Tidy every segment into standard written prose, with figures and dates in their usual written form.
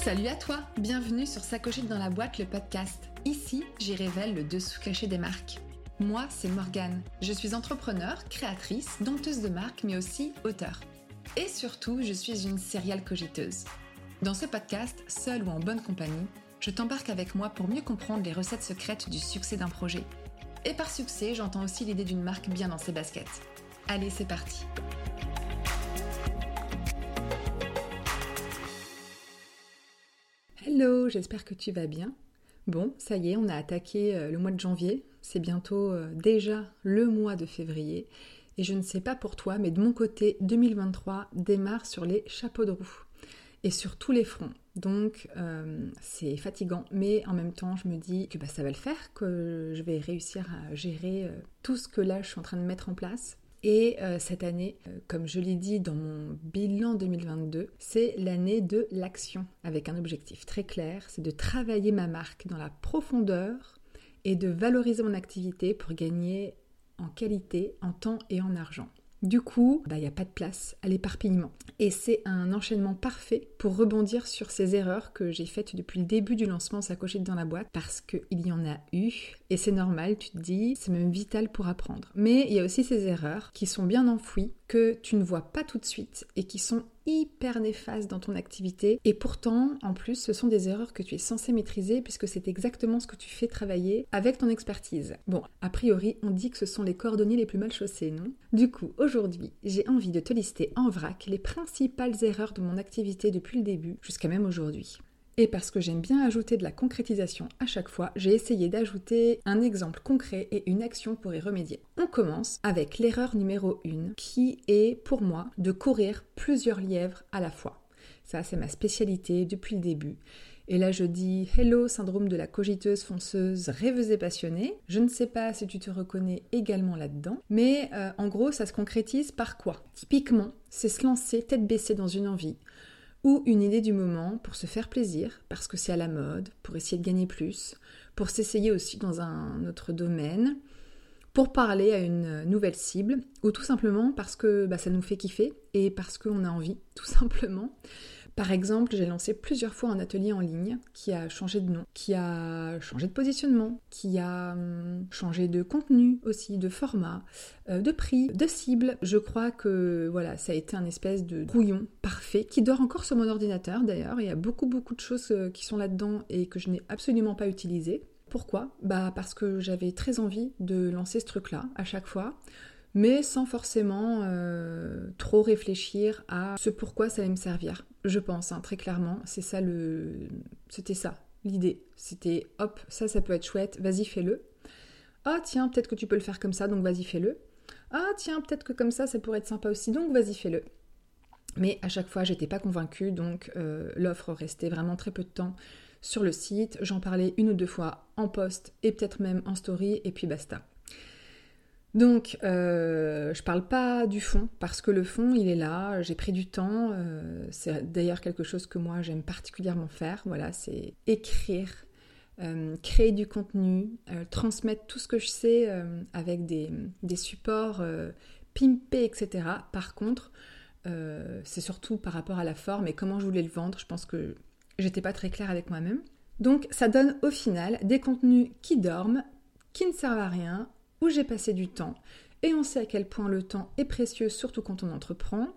Salut à toi, bienvenue sur Sacochette dans la boîte, le podcast. Ici, j'y révèle le dessous caché des marques. Moi, c'est Morgane. Je suis entrepreneur, créatrice, dompteuse de marques, mais aussi auteure. Et surtout, je suis une serial cogiteuse. Dans ce podcast, seule ou en bonne compagnie, je t'embarque avec moi pour mieux comprendre les recettes secrètes du succès d'un projet. Et par succès, j'entends aussi l'idée d'une marque bien dans ses baskets. Allez, c'est parti. Hello, j'espère que tu vas bien. Bon, ça y est, on a attaqué le mois de janvier. C'est bientôt déjà le mois de février. Et je ne sais pas pour toi, mais de mon côté, 2023 démarre sur les chapeaux de roue. Et sur tous les fronts. Donc, c'est fatigant. Mais en même temps, je me dis que ça va le faire, que je vais réussir à gérer tout ce que là, je suis en train de mettre en place. Et cette année, comme je l'ai dit dans mon bilan 2022, c'est l'année de l'action, avec un objectif très clair, c'est de travailler ma marque dans la profondeur et de valoriser mon activité pour gagner en qualité, en temps et en argent. Du coup, il n'y a pas de place à l'éparpillement. Et c'est un enchaînement parfait pour rebondir sur ces erreurs que j'ai faites depuis le début du lancement Sacochette dans la boîte, parce qu'il y en a eu, et c'est normal, tu te dis, c'est même vital pour apprendre. Mais il y a aussi ces erreurs qui sont bien enfouies, que tu ne vois pas tout de suite, et qui sont hyper néfastes dans ton activité. Et pourtant, en plus, ce sont des erreurs que tu es censé maîtriser, puisque c'est exactement ce que tu fais travailler avec ton expertise. Bon, a priori, on dit que ce sont les cordonniers les plus mal chaussés, non ? Du coup, aujourd'hui, j'ai envie de te lister en vrac les principales erreurs de mon activité depuis le début, jusqu'à même aujourd'hui. Et parce que j'aime bien ajouter de la concrétisation à chaque fois, j'ai essayé d'ajouter un exemple concret et une action pour y remédier. On commence avec l'erreur numéro 1, qui est pour moi de courir plusieurs lièvres à la fois. Ça, c'est ma spécialité depuis le début. Et là, je dis « Hello, syndrome de la cogiteuse, fonceuse, rêveuse et passionnée ». Je ne sais pas si tu te reconnais également là-dedans, mais en gros, ça se concrétise par quoi ? Typiquement, c'est se lancer tête baissée dans une envie ou une idée du moment pour se faire plaisir, parce que c'est à la mode, pour essayer de gagner plus, pour s'essayer aussi dans un autre domaine, pour parler à une nouvelle cible, ou tout simplement parce que ça nous fait kiffer et parce qu'on a envie, tout simplement. Par exemple, j'ai lancé plusieurs fois un atelier en ligne qui a changé de nom, qui a changé de positionnement, qui a changé de contenu aussi, de format, de prix, de cible. Je crois que voilà, ça a été un espèce de brouillon parfait qui dort encore sur mon ordinateur d'ailleurs. Il y a beaucoup de choses qui sont là-dedans et que je n'ai absolument pas utilisées. Pourquoi ? Parce que j'avais très envie de lancer ce truc-là à chaque fois, mais sans forcément trop réfléchir à ce pourquoi ça allait me servir. Je pense, très clairement, c'était ça, l'idée. C'était, hop, ça peut être chouette, vas-y, fais-le. Ah tiens, peut-être que tu peux le faire comme ça, donc vas-y, fais-le. Ah tiens, peut-être que comme ça pourrait être sympa aussi, donc vas-y, fais-le. Mais à chaque fois, j'étais pas convaincue, donc l'offre restait vraiment très peu de temps sur le site. J'en parlais 1 ou 2 fois en post et peut-être même en story, et puis basta. Donc, je parle pas du fond, parce que le fond, il est là, j'ai pris du temps, c'est d'ailleurs quelque chose que moi j'aime particulièrement faire, voilà, c'est écrire, créer du contenu, transmettre tout ce que je sais avec des supports pimpés, etc. Par contre, c'est surtout par rapport à la forme et comment je voulais le vendre, je pense que j'étais pas très claire avec moi-même. Donc, ça donne au final des contenus qui dorment, qui ne servent à rien, où j'ai passé du temps, et on sait à quel point le temps est précieux, surtout quand on entreprend,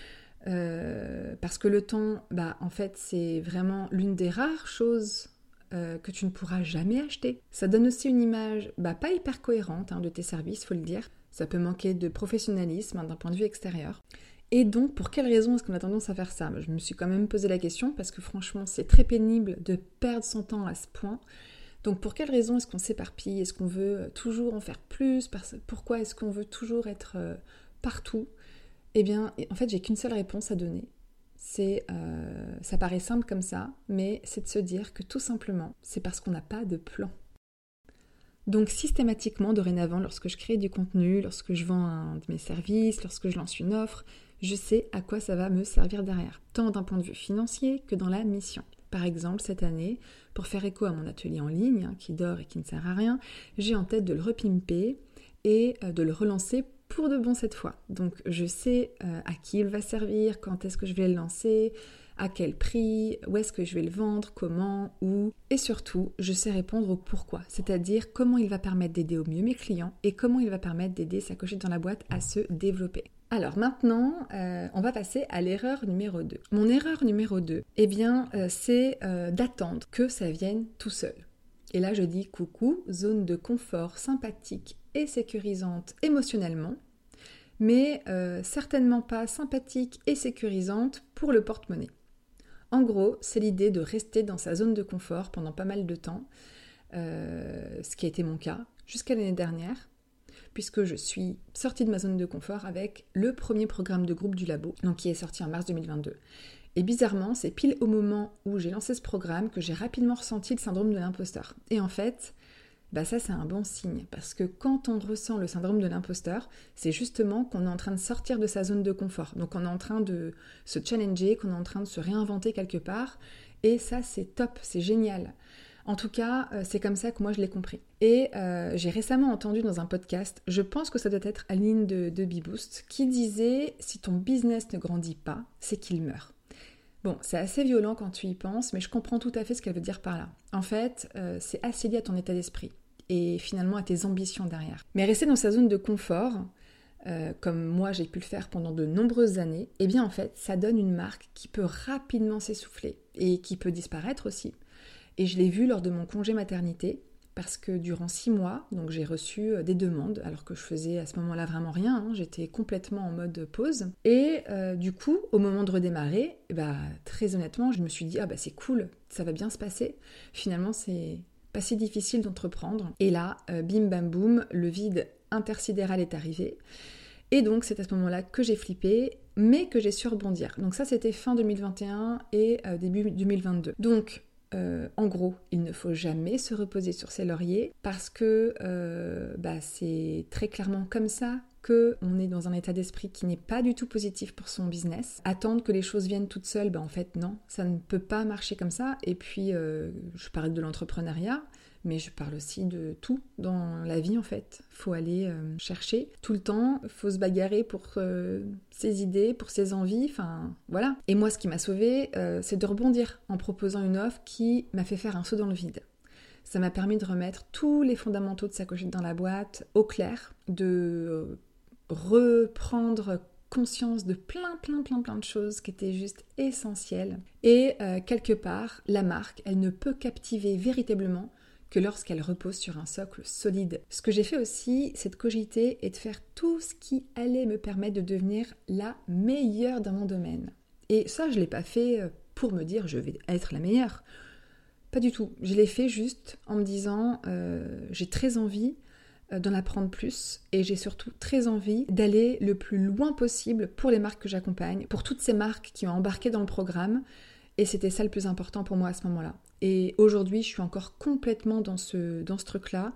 parce que le temps, en fait, c'est vraiment l'une des rares choses que tu ne pourras jamais acheter. Ça donne aussi une image pas hyper cohérente de tes services, faut le dire. Ça peut manquer de professionnalisme d'un point de vue extérieur. Et donc, pour quelle raison est-ce qu'on a tendance à faire ça ? Je me suis quand même posé la question, parce que franchement, c'est très pénible de perdre son temps à ce point. Donc pour quelle raison est-ce qu'on s'éparpille ? Est-ce qu'on veut toujours en faire plus ? Pourquoi est-ce qu'on veut toujours être partout ? Eh bien, en fait, j'ai qu'une seule réponse à donner. Ça paraît simple comme ça, mais c'est de se dire que tout simplement, c'est parce qu'on n'a pas de plan. Donc systématiquement, dorénavant, lorsque je crée du contenu, lorsque je vends un de mes services, lorsque je lance une offre, je sais à quoi ça va me servir derrière, tant d'un point de vue financier que dans la mission. Par exemple, cette année, pour faire écho à mon atelier en ligne, qui dort et qui ne sert à rien, j'ai en tête de le repimper et de le relancer pour de bon cette fois. Donc je sais à qui il va servir, quand est-ce que je vais le lancer, à quel prix, où est-ce que je vais le vendre, comment, où. Et surtout, je sais répondre au pourquoi, c'est-à-dire comment il va permettre d'aider au mieux mes clients et comment il va permettre d'aider sa cochette dans la boîte à se développer. Alors maintenant, on va passer à l'erreur numéro 2. Mon erreur numéro 2, c'est d'attendre que ça vienne tout seul. Et là, je dis coucou, zone de confort sympathique et sécurisante émotionnellement, mais certainement pas sympathique et sécurisante pour le porte-monnaie. En gros, c'est l'idée de rester dans sa zone de confort pendant pas mal de temps, ce qui a été mon cas jusqu'à l'année dernière, puisque je suis sortie de ma zone de confort avec le premier programme de groupe du labo, donc qui est sorti en mars 2022. Et bizarrement, c'est pile au moment où j'ai lancé ce programme que j'ai rapidement ressenti le syndrome de l'imposteur. Et en fait, ça c'est un bon signe, parce que quand on ressent le syndrome de l'imposteur, c'est justement qu'on est en train de sortir de sa zone de confort. Donc on est en train de se challenger, qu'on est en train de se réinventer quelque part, et ça c'est top, c'est génial. En tout cas, c'est comme ça que moi je l'ai compris. Et j'ai récemment entendu dans un podcast, je pense que ça doit être Aline de Beboost, qui disait « Si ton business ne grandit pas, c'est qu'il meurt ». Bon, c'est assez violent quand tu y penses, mais je comprends tout à fait ce qu'elle veut dire par là. En fait, c'est assez lié à ton état d'esprit et finalement à tes ambitions derrière. Mais rester dans sa zone de confort, comme moi j'ai pu le faire pendant de nombreuses années, eh bien en fait, ça donne une marque qui peut rapidement s'essouffler et qui peut disparaître aussi. Et je l'ai vu lors de mon congé maternité, parce que durant 6 mois, donc j'ai reçu des demandes, alors que je faisais à ce moment-là vraiment rien, j'étais complètement en mode pause. Et du coup, au moment de redémarrer, très honnêtement, je me suis dit « Ah c'est cool, ça va bien se passer. Finalement, c'est pas si difficile d'entreprendre. » Et là, bim bam boum, le vide intersidéral est arrivé. Et donc, c'est à ce moment-là que j'ai flippé, mais que j'ai su rebondir. Donc ça, c'était fin 2021 et début 2022. Donc, en gros, il ne faut jamais se reposer sur ses lauriers parce que c'est très clairement comme ça qu'on est dans un état d'esprit qui n'est pas du tout positif pour son business. Attendre que les choses viennent toutes seules, en fait non, ça ne peut pas marcher comme ça. Et puis, je parle de l'entrepreneuriat, mais je parle aussi de tout dans la vie en fait. Faut aller chercher tout le temps, faut se bagarrer pour ses idées, pour ses envies, enfin voilà. Et moi ce qui m'a sauvée, c'est de rebondir en proposant une offre qui m'a fait faire un saut dans le vide. Ça m'a permis de remettre tous les fondamentaux de sa cochette dans la boîte au clair, de reprendre conscience de plein de choses qui étaient juste essentielles. Et quelque part, la marque, elle ne peut captiver véritablement que lorsqu'elle repose sur un socle solide. Ce que j'ai fait aussi, c'est de cogiter et de faire tout ce qui allait me permettre de devenir la meilleure dans mon domaine. Et ça, je ne l'ai pas fait pour me dire je vais être la meilleure. Pas du tout. Je l'ai fait juste en me disant j'ai très envie d'en apprendre plus et j'ai surtout très envie d'aller le plus loin possible pour les marques que j'accompagne, pour toutes ces marques qui ont embarqué dans le programme. Et c'était ça le plus important pour moi à ce moment-là. Et aujourd'hui, je suis encore complètement dans ce truc-là.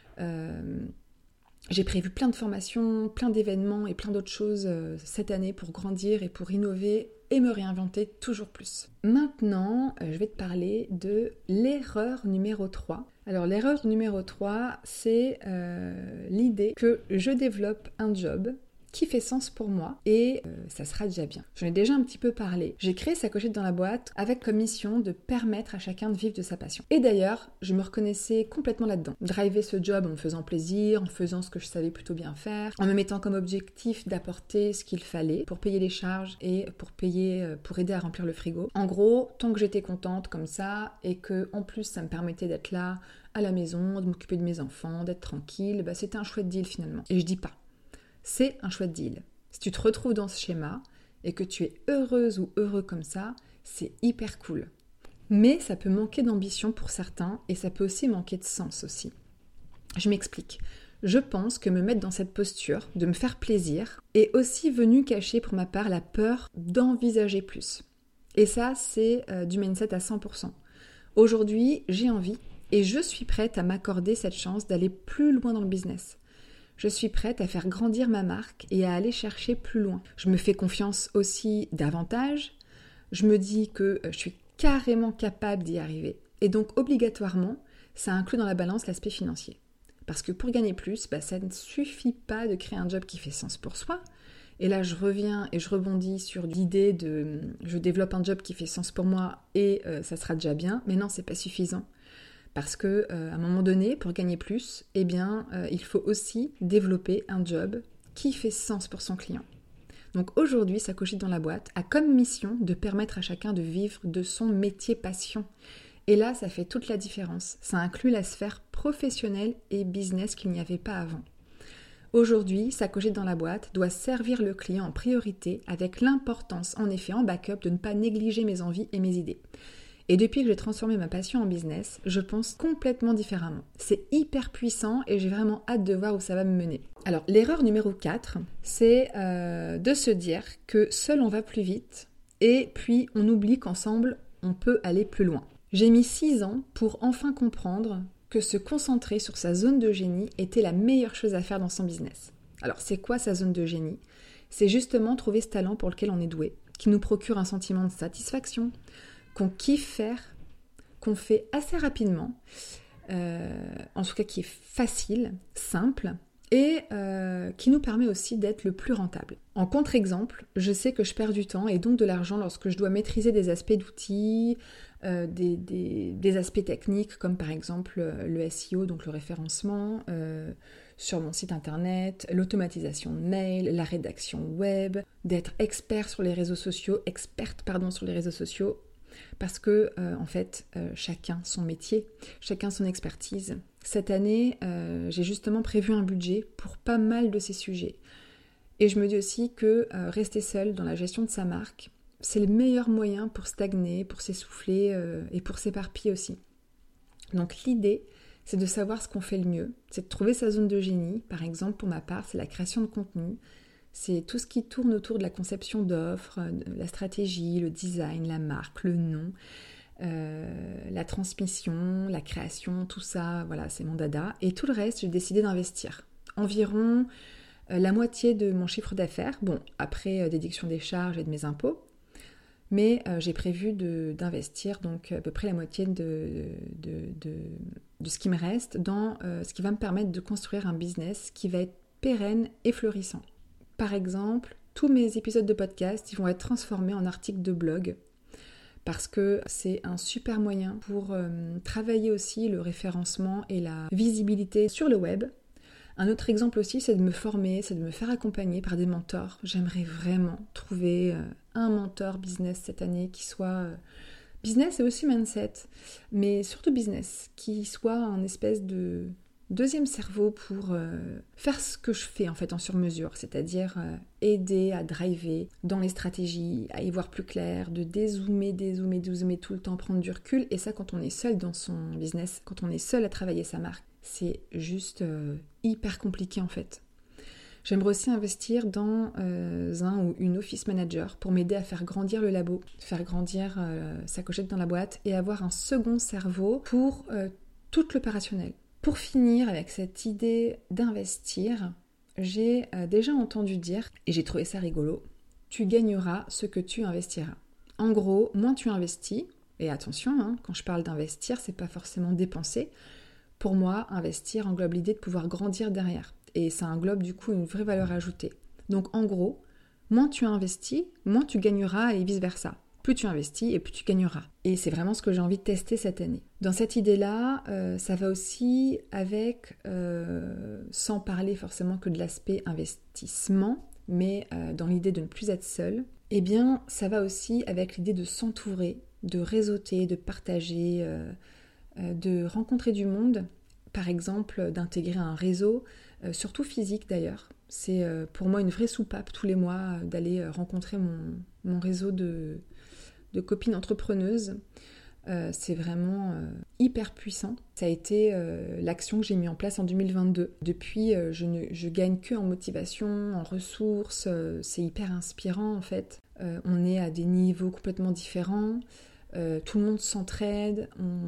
J'ai prévu plein de formations, plein d'événements et plein d'autres choses cette année pour grandir et pour innover et me réinventer toujours plus. Maintenant, je vais te parler de l'erreur numéro 3. Alors l'erreur numéro 3, c'est l'idée que je développe un job qui fait sens pour moi et ça sera déjà bien. J'en ai déjà un petit peu parlé. J'ai créé sa cochette dans la boîte avec comme mission de permettre à chacun de vivre de sa passion. Et d'ailleurs, je me reconnaissais complètement là-dedans. Driver ce job en me faisant plaisir, en faisant ce que je savais plutôt bien faire, en me mettant comme objectif d'apporter ce qu'il fallait pour payer les charges et pour aider à remplir le frigo. En gros, tant que j'étais contente comme ça et que en plus ça me permettait d'être là à la maison, de m'occuper de mes enfants, d'être tranquille, c'était un chouette deal finalement. Et je dis pas. C'est un chouette deal. Si tu te retrouves dans ce schéma et que tu es heureuse ou heureux comme ça, c'est hyper cool. Mais ça peut manquer d'ambition pour certains et ça peut aussi manquer de sens aussi. Je m'explique. Je pense que me mettre dans cette posture, de me faire plaisir, est aussi venu cacher pour ma part la peur d'envisager plus. Et ça, c'est du mindset à 100%. Aujourd'hui, j'ai envie et je suis prête à m'accorder cette chance d'aller plus loin dans le business. Je suis prête à faire grandir ma marque et à aller chercher plus loin. Je me fais confiance aussi davantage. Je me dis que je suis carrément capable d'y arriver. Et donc, obligatoirement, ça inclut dans la balance l'aspect financier. Parce que pour gagner plus, ça ne suffit pas de créer un job qui fait sens pour soi. Et là, je reviens et je rebondis sur l'idée de je développe un job qui fait sens pour moi et ça sera déjà bien. Mais non, c'est pas suffisant. Parce que à un moment donné, pour gagner plus, il faut aussi développer un job qui fait sens pour son client. Donc aujourd'hui, Ça Cogite dans la boîte a comme mission de permettre à chacun de vivre de son métier passion. Et là, ça fait toute la différence. Ça inclut la sphère professionnelle et business qu'il n'y avait pas avant. Aujourd'hui, Ça Cogite dans la boîte doit servir le client en priorité avec l'importance, en effet, en backup, de ne pas négliger mes envies et mes idées. Et depuis que j'ai transformé ma passion en business, je pense complètement différemment. C'est hyper puissant et j'ai vraiment hâte de voir où ça va me mener. Alors, l'erreur numéro 4, c'est de se dire que seul on va plus vite et puis on oublie qu'ensemble, on peut aller plus loin. J'ai mis 6 ans pour enfin comprendre que se concentrer sur sa zone de génie était la meilleure chose à faire dans son business. Alors, c'est quoi sa zone de génie ? C'est justement trouver ce talent pour lequel on est doué, qui nous procure un sentiment de satisfaction, qu'on kiffe faire, qu'on fait assez rapidement, en tout cas qui est facile, simple, et qui nous permet aussi d'être le plus rentable. En contre-exemple, je sais que je perds du temps et donc de l'argent lorsque je dois maîtriser des aspects d'outils, des aspects techniques comme par exemple le SEO, donc le référencement, sur mon site internet, l'automatisation de mail, la rédaction web, d'être experte sur les réseaux sociaux, parce que, chacun son métier, chacun son expertise. Cette année, j'ai justement prévu un budget pour pas mal de ces sujets. Et je me dis aussi que rester seul dans la gestion de sa marque, c'est le meilleur moyen pour stagner, pour s'essouffler et pour s'éparpiller aussi. Donc l'idée, c'est de savoir ce qu'on fait le mieux, c'est de trouver sa zone de génie. Par exemple, pour ma part, c'est la création de contenu. C'est tout ce qui tourne autour de la conception d'offres, la stratégie, le design, la marque, le nom, la transmission, la création, tout ça, voilà, c'est mon dada. Et tout le reste, j'ai décidé d'investir. Environ la moitié de mon chiffre d'affaires, bon, après déduction des charges et de mes impôts, mais j'ai prévu d'investir donc à peu près la moitié de ce qui me reste dans ce qui va me permettre de construire un business qui va être pérenne et florissant. Par exemple, tous mes épisodes de podcast ils vont être transformés en articles de blog parce que c'est un super moyen pour travailler aussi le référencement et la visibilité sur le web. Un autre exemple aussi, c'est de me former, c'est de me faire accompagner par des mentors. J'aimerais vraiment trouver un mentor business cette année qui soit business et aussi mindset, mais surtout business, qui soit un espèce de deuxième cerveau pour faire ce que je fais en fait en sur-mesure, c'est-à-dire aider à driver dans les stratégies, à y voir plus clair, de dézoomer tout le temps, prendre du recul. Et ça, quand on est seul dans son business, quand on est seul à travailler sa marque, c'est juste hyper compliqué en fait. J'aimerais aussi investir dans un ou une office manager pour m'aider à faire grandir le labo, faire grandir Ça Cogite dans la boîte et avoir un second cerveau pour tout l'opérationnel. Pour finir avec cette idée d'investir, j'ai déjà entendu dire, et j'ai trouvé ça rigolo, tu gagneras ce que tu investiras. En gros, moins tu investis, et attention, quand je parle d'investir, c'est pas forcément dépenser. Pour moi, investir englobe l'idée de pouvoir grandir derrière. Et ça englobe du coup une vraie valeur ajoutée. Donc en gros, moins tu investis, moins tu gagneras et vice-versa. Plus tu investis et plus tu gagneras. Et c'est vraiment ce que j'ai envie de tester cette année. Dans cette idée-là, ça va aussi avec, sans parler forcément que de l'aspect investissement, mais dans l'idée de ne plus être seul, eh bien ça va aussi avec l'idée de s'entourer, de réseauter, de partager, de rencontrer du monde, par exemple d'intégrer un réseau, surtout physique d'ailleurs. C'est pour moi une vraie soupape tous les mois d'aller rencontrer mon réseau de copines entrepreneuses. C'est vraiment hyper puissant. Ça a été l'action que j'ai mis en place en 2022. Depuis, je gagne que en motivation, en ressources. C'est hyper inspirant en fait. On est à des niveaux complètement différents. Tout le monde s'entraide,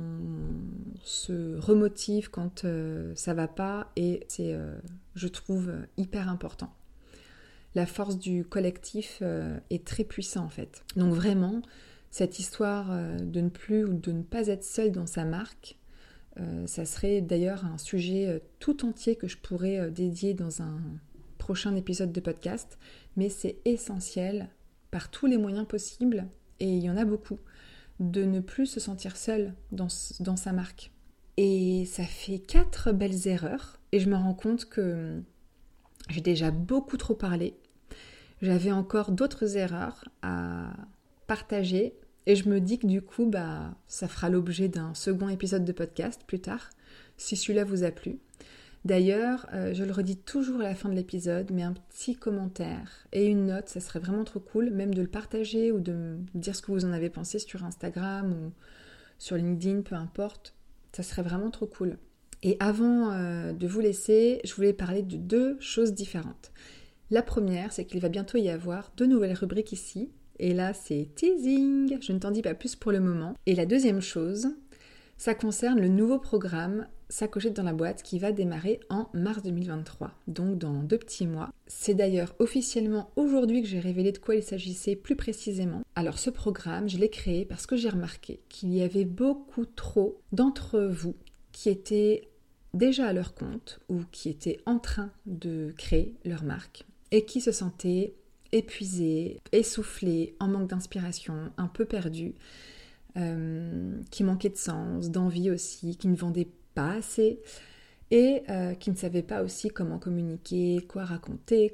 on se remotive quand ça va pas et c'est, je trouve, hyper important. La force du collectif est très puissante en fait. Donc vraiment, cette histoire de ne plus ou de ne pas être seul dans sa marque, ça serait d'ailleurs un sujet tout entier que je pourrais dédier dans un prochain épisode de podcast, mais c'est essentiel par tous les moyens possibles, et il y en a beaucoup, de ne plus se sentir seul dans sa marque. Et ça fait 4 belles erreurs, et je me rends compte que j'ai déjà beaucoup trop parlé. J'avais encore d'autres erreurs à partager, et je me dis que du coup, ça fera l'objet d'un second épisode de podcast plus tard, si celui-là vous a plu. D'ailleurs, je le redis toujours à la fin de l'épisode, mais un petit commentaire et une note, ça serait vraiment trop cool, même de le partager ou de me dire ce que vous en avez pensé sur Instagram ou sur LinkedIn, peu importe, ça serait vraiment trop cool. Et avant de vous laisser, je voulais parler de 2 choses différentes. La première, c'est qu'il va bientôt y avoir 2 nouvelles rubriques ici, et là c'est teasing, je ne t'en dis pas plus pour le moment. Et la deuxième chose, ça concerne le nouveau programme Sacochette dans la boîte qui va démarrer en mars 2023, donc dans 2 petits mois. C'est d'ailleurs officiellement aujourd'hui que j'ai révélé de quoi il s'agissait plus précisément. Alors ce programme, je l'ai créé parce que j'ai remarqué qu'il y avait beaucoup trop d'entre vous qui étaient déjà à leur compte ou qui étaient en train de créer leur marque et qui se sentaient épuisés, essoufflés, en manque d'inspiration, un peu perdus, qui manquaient de sens, d'envie aussi, qui ne vendaient pas assez et qui ne savaient pas aussi comment communiquer, quoi raconter,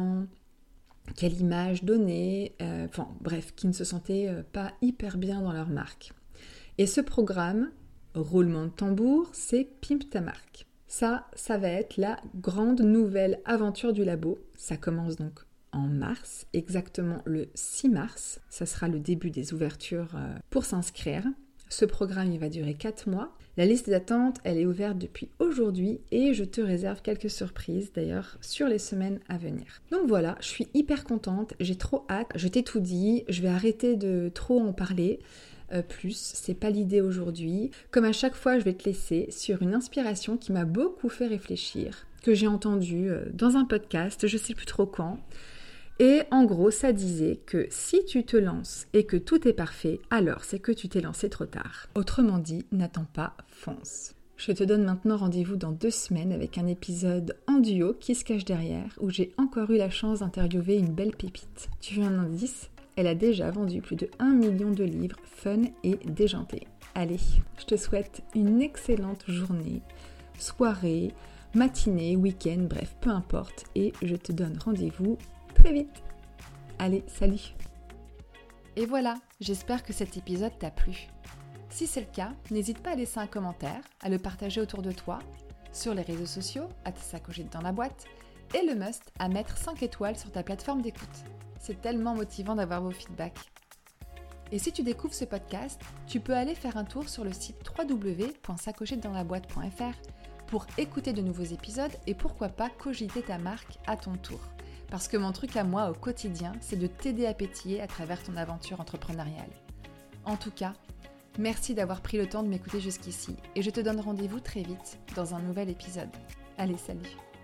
quelle image donner, qui ne se sentaient pas hyper bien dans leur marque. Et ce programme, roulement de tambour, c'est Pimp ta marque. Ça va être la grande nouvelle aventure du labo. Ça commence donc en mars, exactement le 6 mars. Ça sera le début des ouvertures pour s'inscrire. Ce programme, il va durer 4 mois. La liste d'attente, elle est ouverte depuis aujourd'hui et je te réserve quelques surprises d'ailleurs sur les semaines à venir. Donc voilà, je suis hyper contente, j'ai trop hâte, je t'ai tout dit, je vais arrêter de trop en parler. C'est pas l'idée aujourd'hui. Comme à chaque fois, je vais te laisser sur une inspiration qui m'a beaucoup fait réfléchir, que j'ai entendue dans un podcast, je sais plus trop quand. Et en gros, ça disait que si tu te lances et que tout est parfait, alors c'est que tu t'es lancé trop tard. Autrement dit, n'attends pas, fonce. Je te donne maintenant rendez-vous dans 2 semaines avec un épisode en duo qui se cache derrière, où j'ai encore eu la chance d'interviewer une belle pépite. Tu veux un indice ? Elle a déjà vendu plus de 1 million de livres fun et déjantés. Allez, je te souhaite une excellente journée, soirée, matinée, week-end, bref, peu importe. Et je te donne rendez-vous très vite. Allez, salut. Et voilà, j'espère que cet épisode t'a plu. Si c'est le cas, n'hésite pas à laisser un commentaire, à le partager autour de toi, sur les réseaux sociaux, @sacochette dans la boîte, et le must à mettre 5 étoiles sur ta plateforme d'écoute. C'est tellement motivant d'avoir vos feedbacks. Et si tu découvres ce podcast, tu peux aller faire un tour sur le site www.sacochettedansLaBoîte.fr pour écouter de nouveaux épisodes et pourquoi pas cogiter ta marque à ton tour. Parce que mon truc à moi au quotidien, c'est de t'aider à pétiller à travers ton aventure entrepreneuriale. En tout cas, merci d'avoir pris le temps de m'écouter jusqu'ici et je te donne rendez-vous très vite dans un nouvel épisode. Allez, salut!